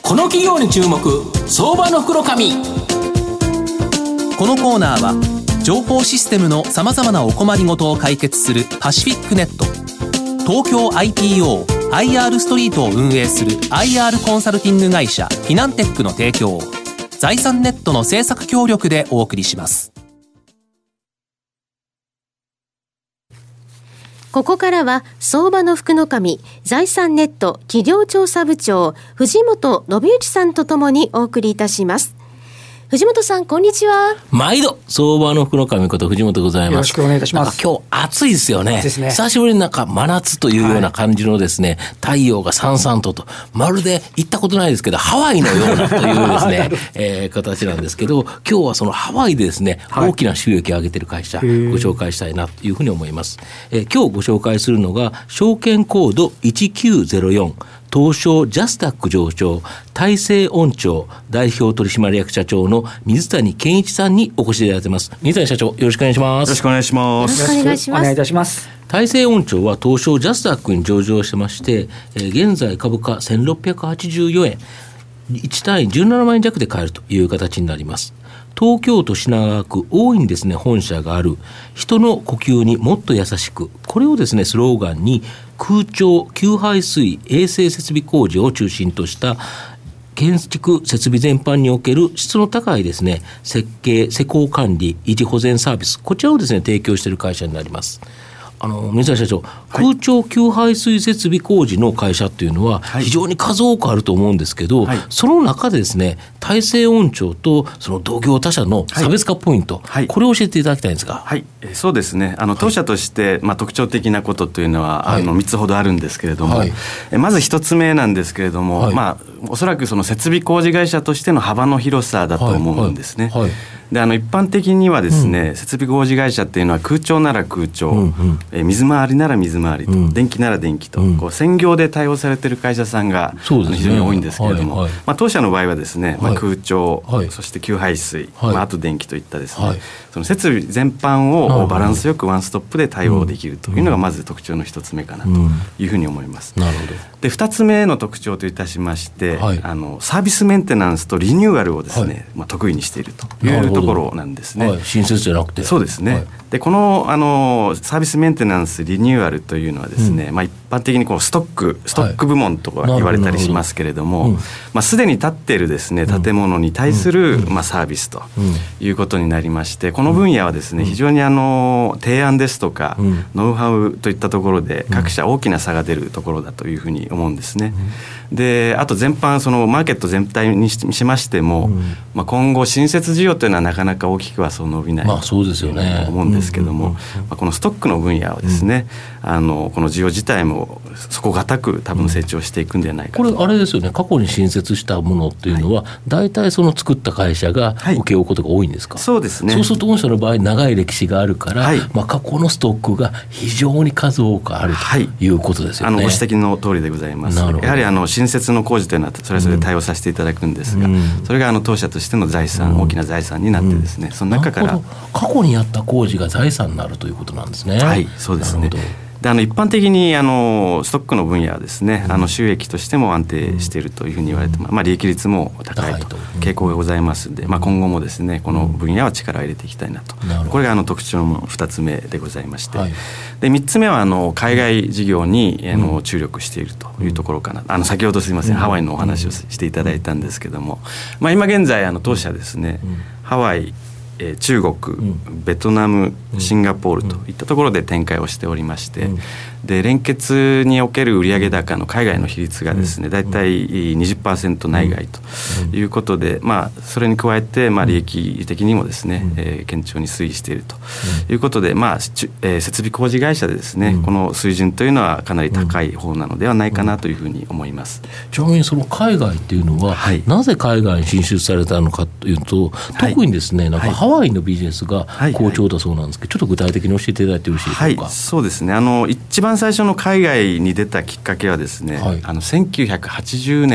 この企業に注目、相場の袋紙。 このコーナーは情報システムのさまざまなお困りごとを解決するパシフィックネット、東京 IPO、IR ストリートを運営する IR コンサルティング会社フィナンテックの提供、財産ネットの制作協力でお送りします。 ここからは相場の福の神、財産ネット企業調査部長藤本信之さんとともにお送りいたします。藤本さん、こんにちは。 毎度相場の福の神こと藤本でございます。 よろしくお願いいたします。 今日暑いですよね。 ですね。 久しぶりに真夏というような感じのですね、太陽がさんさんとまるで行ったことないですけどハワイのようなというですね、形なんですけど、今日はそのハワイでですね、大きな収益を上げている会社ご紹介したいなというふうに思います。今日ご紹介するのが証券コード1904東証ジャスタック上場大成音調代表取締役社長の水谷健一さんにお越しいただいています。水谷社長、よろしくお願いします。 よろしくお願いします。 よろしくお願いします。 お願いいたします。 大成音調は東証ジャスタックに上場してまして、現在株価1684円、1単位17万円弱で買えるという形になります。東京都品川区大井にですね本社がある、人の呼吸にもっと優しく、これをですねスローガンに空調給排水衛生設備工事を中心とした建築設備全般における質の高いですね設計施工管理維持保全サービス、こちらをですね提供している会社になります。水谷社長、空調給排水設備工事の会社っていうのは非常に数多くあると思うんですけど、その中でですね大成音調とその同業他社の差別化ポイント、これを教えていただきたいんですが。 そうですね、当社として、特徴的なことというのは、3つほどあるんですけれども、まず1つ目なんですけれども、おそらくその設備工事会社としての幅の広さだと思うんですね。で一般的にはですね、設備工事会社っていうのは空調なら空調、水回りなら水回りと、電気なら電気と、こう専業で対応されている会社さんが非常に多いんですけれども、当社の場合はですね、空調、そして給排水、あと電気といったですね、その設備全般をバランスよくワンストップで対応できるというのがまず特徴の一つ目かなというふうに思います。 なるほど。 で2つ目の特徴といたしまして、サービスメンテナンスとリニューアルをですね、得意にしているというところなんですね。 新設じゃなくて。 そうですね。でこの、サービスメンテナンスリニューアルというのはですね、一般的にこうストック部門とか言われたりしますけれども、すでに建っているですね建物に対する、サービスということになりまして、この分野はですね非常に提案ですとか、ノウハウといったところで各社大きな差が出るところだというふうに思うんですね。であと全般そのマーケット全体に しましても、今後新設需要というのはなかなか大きくはそう伸びないと思うんですけども、このストックの分野はですね、この需要自体も底堅く多分成長していくんではないかと。 これあれですよね、過去に新設したものっていうのは、大体その作った会社が請け負うことが多いんですか。 そうですね。 そうすると御社の場合長い歴史があるから、過去のストックが非常に数多くあるということですよね。 ご指摘の通りでございます。やはり新設の工事というのはそれぞれ対応させていただくんですが、それが当社としての財産、大きな財産になってですね、その中から過去にやった工事が財産になるということなんですね。 そうですね。で一般的にストックの分野はですね、収益としても安定しているというふうに言われて、利益率も高いと傾向がございますので、今後もですねこの分野は力を入れていきたいなと。これが特徴の2つ目でございまして、で3つ目は海外事業に注力しているというところかな。先ほどすいません、ハワイのお話をしていただいたんですけども、今現在当社ですね、ハワイ、中国、ベトナム、シンガポールといったところで展開をしておりまして、で連結における売上高の海外の比率がですねだいたい 20% 内外ということで、それに加えて利益的にもですね、堅調に推移しているということで、設備工事会社でですね、この水準というのはかなり高い方なのではないかなというふうに思います。 ちなみにその海外っていうのは、なぜ海外に進出されたのかというと、特にですねハワイのビジネスが好調だそうなんですけど、ちょっと具体的に教えていただいてよろしいでしょうか。 そうですね。一番最初の海外に出たきっかけはですね、1980年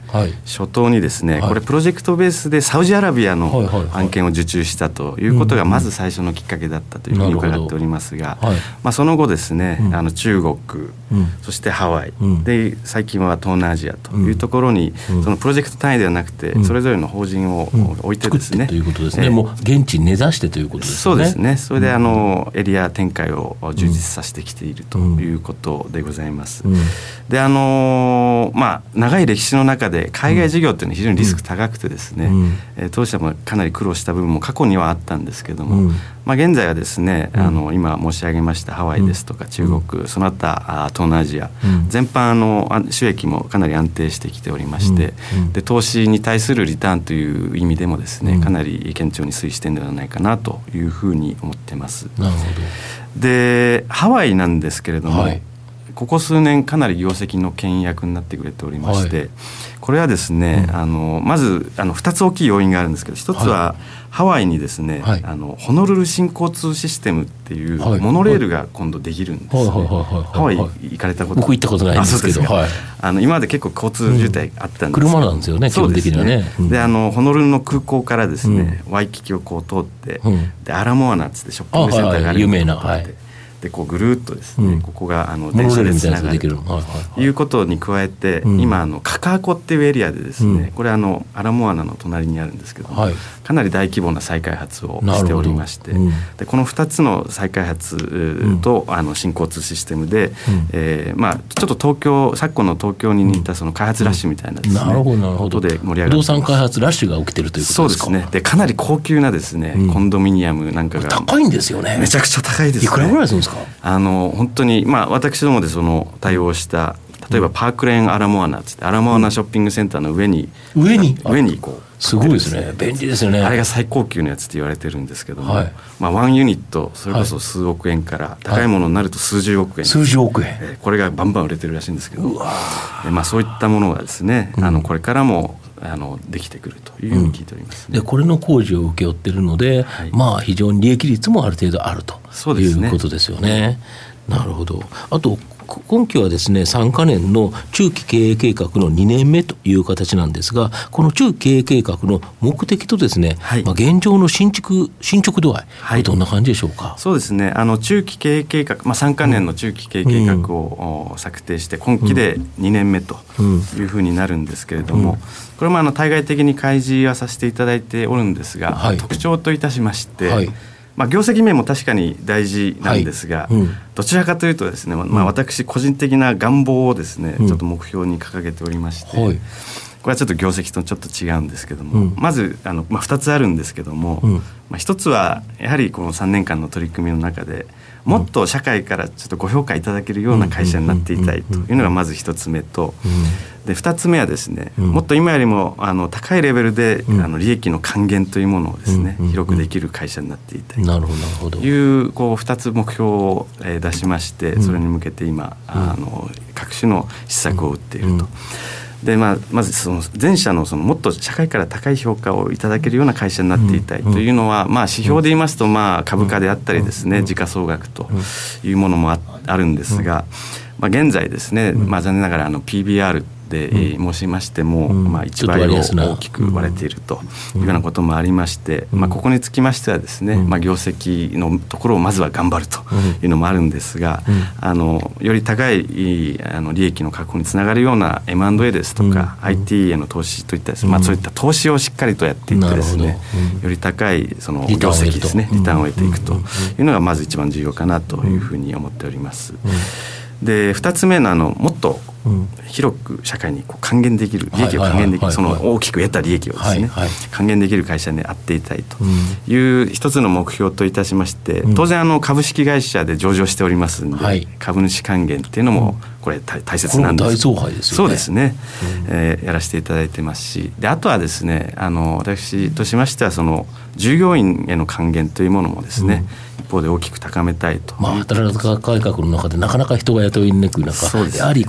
初頭にですね、これプロジェクトベースでサウジアラビアの案件を受注したということがまず最初のきっかけだったというふうに伺っておりますが、その後ですね、中国、そしてハワイ、で最近は東南アジアというところに、そのプロジェクト単位ではなくて、それぞれの法人を置いてですね、 ということですね、もう現地に根ざしてということですね。 そうですね。それでエリア展開を充実させてきているということでございます。で長い歴史の中で海外事業っていうのは非常にリスク高くてですね、当社もかなり苦労した部分も過去にはあったんですけども、現在はですね、今申し上げましたハワイですとか中国、その他東南アジア、全般収益もかなり安定してきておりまして、で投資に対するリターンという意味でもですね、かなり堅調に推移しているのではないかなというふうに思っています。 なるほど。 でハワイなんですけれども、ここ数年かなり業績の牽引役になってくれておりまして、これはですね、まず2つ大きい要因があるんですけど、1つは、ハワイにですね、ホノルル新交通システムっていうモノレールが今度できるんですね。ハワイ行かれたこと？ 僕行ったことないんですけど、 今まで結構交通渋滞あったんですけど、 車なんですよね、基本的にはね。 でホノルルの空港からですね、ワイキキをこう通って、でアラモアナっつってショッピングセンターがある有名な、 でこうぐるっとですね、ここが電車でつながるということに加えて、今カカアコっていうエリアでですね、これアラモアナの隣にあるんですけども、かなり大規模な再開発をしておりまして、でこの2つの再開発と新交通システムで、ちょっと昨今の東京に似たその開発ラッシュみたいなですね、ことで盛り上がっています。 不動産開発ラッシュが起きてるということですか？ そうですね。でかなり高級なですね、コンドミニアムなんかが高いんですよね。 めちゃくちゃ高いですね。 いくらぐらいするんですか？ 本当に私どもでその対応した例えばパークレーンアラモアナってアラモアナショッピングセンターの上にこうすごいですね。便利ですよね。 あれが最高級のやつって言われてるんですけども、1ユニットそれこそ数億円から高いものになると数十億円、これがバンバン売れてるらしいんですけど、そういったものがですね、これからもできてくるというふうに聞いております、 でこれの工事を請け負っているので、非常に利益率もある程度あるということですよね。なるほど。あと今期はですね、3か年の中期経営計画の2年目という形なんですが、この中期経営計画の目的とですね、現状の進捗度合い、どんな感じでしょうか？ そうですね、中期経営計画、3か年の中期経営計画を策定して今期で2年目というふうになるんですけれども、これも対外的に開示はさせていただいておるんですが、特徴といたしまして、業績面も確かに大事なんですが、どちらかというとですね、私個人的な願望をですね、ちょっと目標に掲げておりまして、これはちょっと業績とちょっと違うんですけども、まず2つあるんですけども、1つはやはりこの3年間の取り組みの中でもっと社会からちょっとご評価いただけるような会社になっていたいというのがまず1つ目と、で2つ目はですね、もっと今よりも高いレベルで利益の還元というものをですね、広くできる会社になっていたいという2つ目標を出しまして、それに向けて今各種の施策を打っていると。でまずその前者のもっと社会から高い評価をいただけるような会社になっていたいというのは、指標で言いますと株価であったりですね、時価総額というものもあるんですが、現在ですね、残念ながらPBRで申しましても、1倍を大きく割れているというようなこともありまして、ここにつきましてはですね、業績のところをまずは頑張るというのもあるんですが、より高い利益の確保につながるような M&A ですとか、IT への投資といったですね、そういった投資をしっかりとやっていってですね、より高いその業績ですね、リターンを得ていくというのがまず一番重要かなというふうに思っております。で2つ目のもっと広く社会に還元できる利益を還元できる、その大きく得た利益をですね、還元できる会社にあっていたいという一つの目標といたしまして、当然株式会社で上場しておりますので、株主還元っていうのもこれ大切なんです。 これも大増配ですよね。 そうですね、やらせていただいてますし、であとはですね、私としましてはその従業員への還元というものもですね、一方で大きく高めたいと。 働き方改革の中でなかなか人が雇いにくい中、やはりこの従業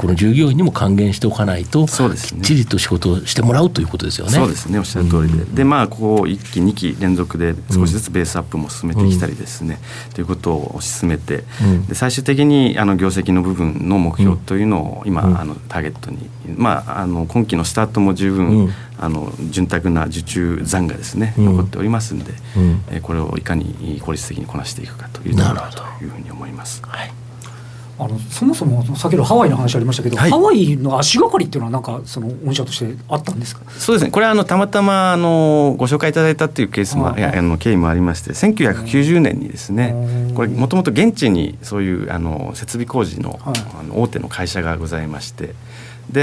員にも還元しておかないと、 そうですね、 きっちりと仕事をしてもらうということですよね。 そうですね、おっしゃる通りで、でこう1期2期連続で少しずつベースアップも進めてきたりですね、ということを推し進めて、で最終的に業績の部分の目標というのを今、ターゲットに、今期のスタートも十分、潤沢な受注残がですね、残っておりますので、これをいかに効率的にこなしていくかというところだというふうに思います。 はい、 そもそも先ほどハワイの話ありましたけど、ハワイの足がかりっていうのはなんかその御社としてあったんですか？ そうですね、これはたまたまご紹介いただいたっていうケースも経緯もありまして、1990年にですね、これもともと現地にそういう設備工事の、大手の会社がございまして、で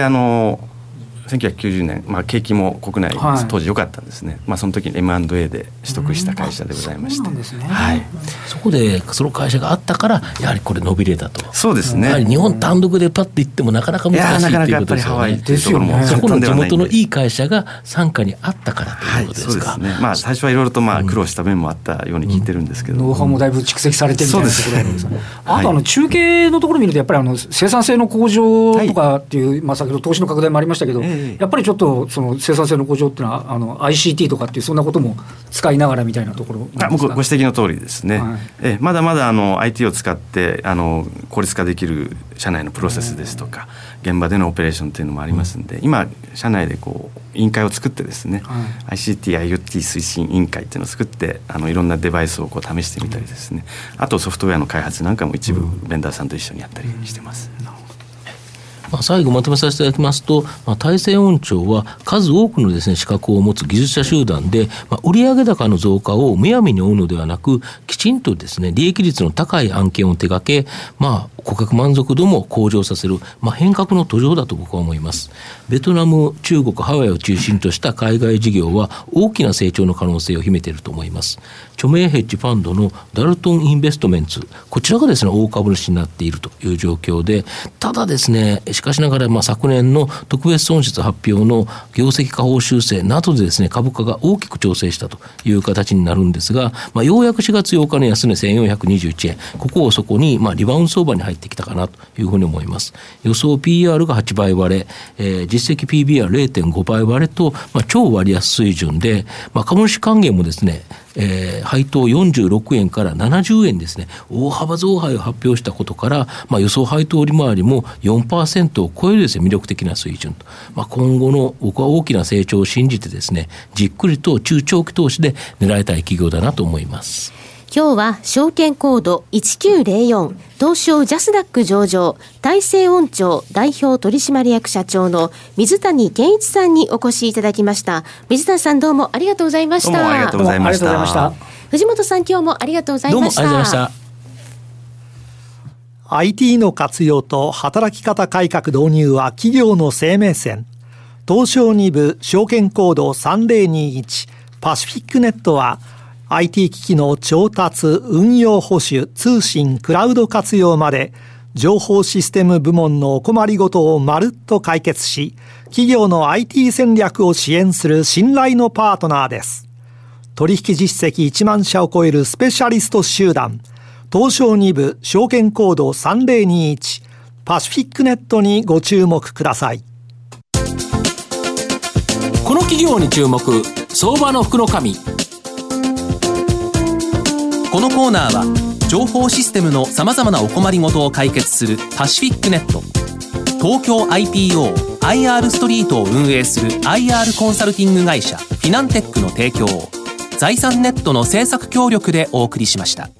1990年、景気も国内、当時良かったんですね。その時に M&A で取得した会社でございまして、 そこでその会社があったからやはりこれ伸びれたと。 そうですね、 やはり日本単独でパッと行ってもなかなか難しいということですよね。 ですよね。 そこの地元のいい会社が傘下にあったからということですか？ そうですね、最初はいろいろと苦労した面もあったように聞いてるんですけど、 ノウハウもだいぶ蓄積されてみたいなところなんですよね。あと中継のところ見るとやっぱり生産性の向上とかっていう、先ほど投資の拡大もありましたけど、やっぱりちょっとその生産性の向上っていうのはICT とかっていうそんなことも使いながらみたいなところなんですか？ ご指摘の通りですね、まだまだIT を使って効率化できる社内のプロセスですとか、現場でのオペレーションというのもありますので、今社内で委員会を作ってですね、ICT、IoT 推進委員会っていうのを作っていろんなデバイスを試してみたりですね、あとソフトウェアの開発なんかも一部ベンダーさんと一緒にやったりしてます。 最後まとめさせていただきますと、大成音調は数多くのですね資格を持つ技術者集団で、売上高の増加をむやみに追うのではなく、きちんとですね利益率の高い案件を手掛け、顧客満足度も向上させる、変革の途上だと僕は思います。ベトナム、中国、ハワイを中心とした海外事業は大きな成長の可能性を秘めていると思います。著名ヘッジファンドのダルトンインベストメンツ、こちらがですね大株主になっているという状況で、ただですねしかしながら昨年の特別損失発表の業績下方修正などでですね株価が大きく調整したという形になるんですが、ようやく4月8日の安値1421円、ここをそこにリバウンド相場に入ってきたかなというふうに思います。予想 PR が8倍割れ、実績 PBR0.5 倍割れと、超割安水準で、株主還元もですね配当46円から70円ですね、大幅増配を発表したことから、予想配当利回りも 4% を超えるですね魅力的な水準と、今後の僕は大きな成長を信じてですね、じっくりと中長期投資で狙いたい企業だなと思います。 今日は証券コード1904東証ジャスダック上場大成音調代表取締役社長の水谷健一さんにお越しいただきました。水谷さん、どうもありがとうございました。 どうもありがとうございました。 藤本さん、今日もありがとうございました。 どうもありがとうございました。 IT の活用と働き方改革導入は企業の生命線。東証2部証券コード3021パシフィックネットはIT 機器の調達、運用保守、通信、クラウド活用まで情報システム部門のお困りごとをまるっと解決し、企業の IT 戦略を支援する信頼のパートナーです。取引実績1万社を超えるスペシャリスト集団、東証2部証券コード3021パシフィックネットにご注目ください。 この企業に注目、相場の福の神。このコーナーは情報システムのさまざまなお困りごとを解決するパシフィックネット、東京 IPO、IR ストリートを運営する IR コンサルティング会社フィナンテックの提供を財産ネットの制作協力でお送りしました。